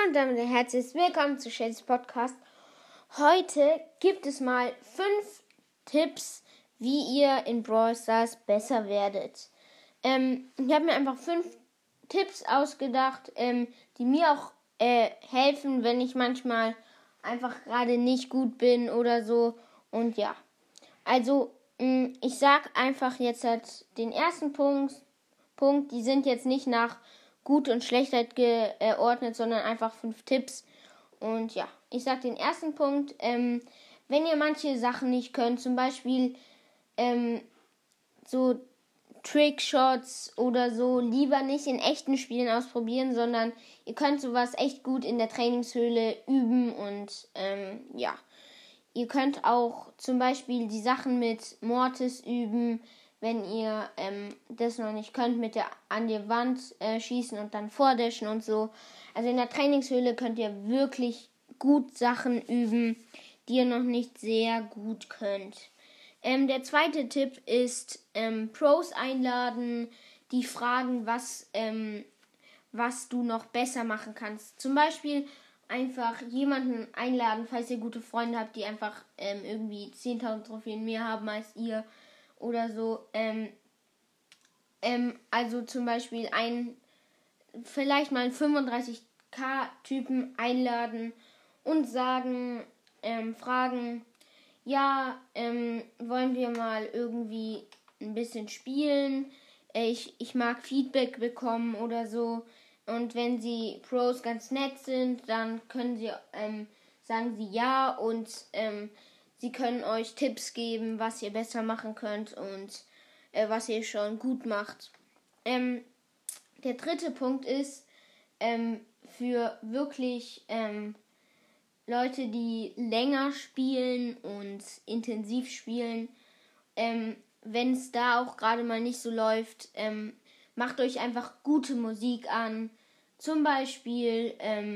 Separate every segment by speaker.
Speaker 1: Und damit herzlich willkommen zu Shadys Podcast. Heute gibt es mal 5 Tipps, wie ihr in Brawl Stars besser werdet. Ich habe mir einfach 5 Tipps ausgedacht, die mir auch helfen, wenn ich manchmal einfach gerade nicht gut bin oder so. Und ja, also ich sag einfach jetzt halt den ersten Punkt. Die sind jetzt nicht nach Gut und Schlechtheit geordnet, sondern einfach 5 Tipps. Und ja, ich sag den ersten Punkt. Wenn ihr manche Sachen nicht könnt, zum Beispiel so Trickshots oder so, lieber nicht in echten Spielen ausprobieren, sondern ihr könnt sowas echt gut in der Trainingshöhle üben und ja. Ihr könnt auch zum Beispiel die Sachen mit Mortis üben, wenn ihr das noch nicht könnt, an die Wand schießen und dann vordashen und so. Also in der Trainingshöhle könnt ihr wirklich gut Sachen üben, die ihr noch nicht sehr gut könnt. Der zweite Tipp ist Pros einladen, die fragen, was du noch besser machen kannst. Zum Beispiel einfach jemanden einladen, falls ihr gute Freunde habt, die einfach irgendwie 10.000 Trophäen mehr haben als ihr oder so. Also zum Beispiel vielleicht mal einen 35k-Typen einladen und fragen, ja, wollen wir mal irgendwie ein bisschen spielen? Ich mag Feedback bekommen oder so. Und wenn sie Pros ganz nett sind, dann sagen sie ja und sie können euch Tipps geben, was ihr besser machen könnt und was ihr schon gut macht. Der dritte Punkt ist für wirklich Leute, die länger spielen und intensiv spielen, wenn es da auch gerade mal nicht so läuft, macht euch einfach gute Musik an. Zum Beispiel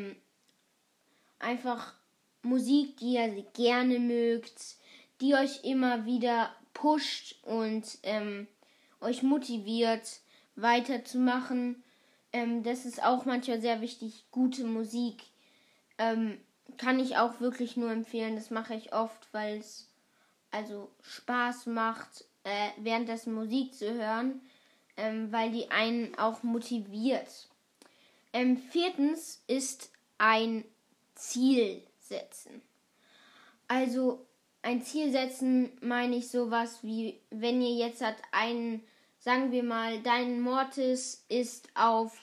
Speaker 1: einfach Musik, die ihr gerne mögt, die euch immer wieder pusht und euch motiviert, weiterzumachen. Das ist auch manchmal sehr wichtig. Gute Musik kann ich auch wirklich nur empfehlen. Das mache ich oft, weil es also Spaß macht, währenddessen Musik zu hören, weil die einen auch motiviert. Viertens ist ein Ziel setzen. Also ein Ziel setzen meine ich sowas wie, wenn ihr jetzt sagen wir mal, dein Mortis ist auf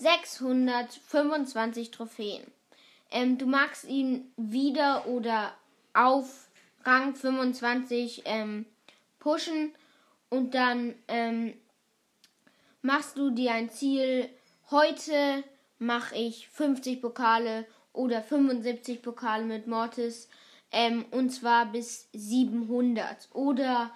Speaker 1: 625 Trophäen. Du magst ihn wieder oder auf Rang 25 pushen und dann machst du dir ein Ziel, heute mache ich 50 Pokale oder 75 Pokale mit Mortis und zwar bis 700 oder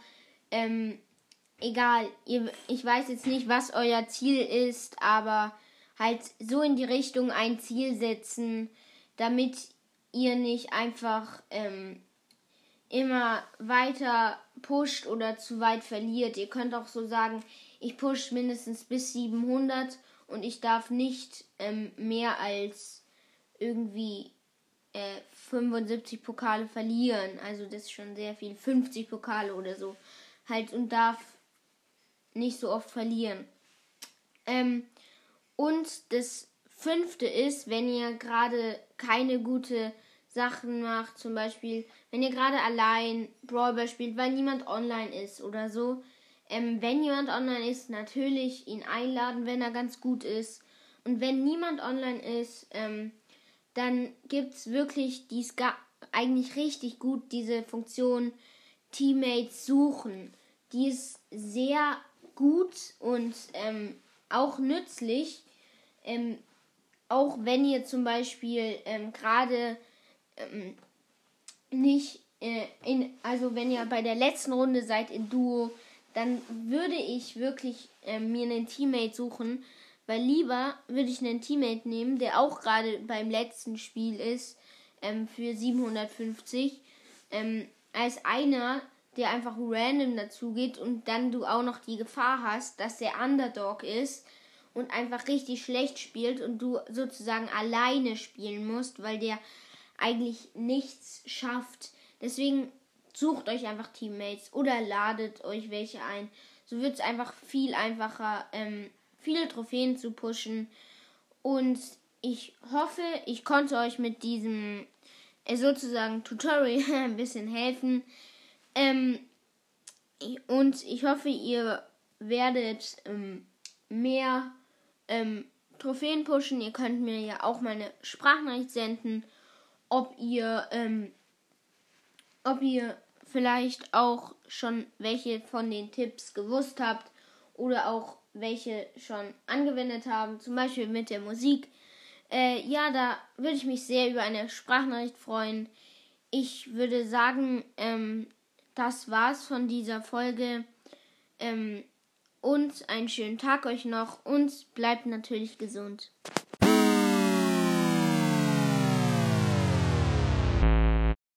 Speaker 1: egal, ich weiß jetzt nicht, was euer Ziel ist, aber halt so in die Richtung ein Ziel setzen, damit ihr nicht einfach immer weiter pusht oder zu weit verliert. Ihr könnt auch so sagen, ich push mindestens bis 700 und ich darf nicht mehr als irgendwie 75 Pokale verlieren. Also das ist schon sehr viel. 50 Pokale oder so. Halt und darf nicht so oft verlieren. Und das 5. ist, wenn ihr gerade keine gute Sachen macht, zum Beispiel, wenn ihr gerade allein Brawl Ball spielt, weil niemand online ist oder so. Wenn jemand online ist, natürlich ihn einladen, wenn er ganz gut ist. Und wenn niemand online ist, dann gibt es wirklich, die ist eigentlich richtig gut, diese Funktion Teammates suchen. Die ist sehr gut und auch nützlich. Auch wenn ihr zum Beispiel gerade nicht also wenn ihr bei der letzten Runde seid in Duo, dann würde ich wirklich mir einen Teammate suchen, weil lieber würde ich einen Teammate nehmen, der auch gerade beim letzten Spiel ist, für 750, als einer, der einfach random dazu geht und dann du auch noch die Gefahr hast, dass der Underdog ist und einfach richtig schlecht spielt und du sozusagen alleine spielen musst, weil der eigentlich nichts schafft. Deswegen sucht euch einfach Teammates oder ladet euch welche ein. So wird es einfach viel einfacher, viele Trophäen zu pushen. Und ich hoffe, ich konnte euch mit diesem sozusagen Tutorial ein bisschen helfen. Und ich hoffe, ihr werdet mehr Trophäen pushen. Ihr könnt mir ja auch mal eine Sprachnachricht senden, ob ihr vielleicht auch schon welche von den Tipps gewusst habt oder auch welche schon angewendet haben, zum Beispiel mit der Musik. Ja, da würde ich mich sehr über eine Sprachnachricht freuen. Ich würde sagen, das war's von dieser Folge. Und einen schönen Tag euch noch und bleibt natürlich gesund.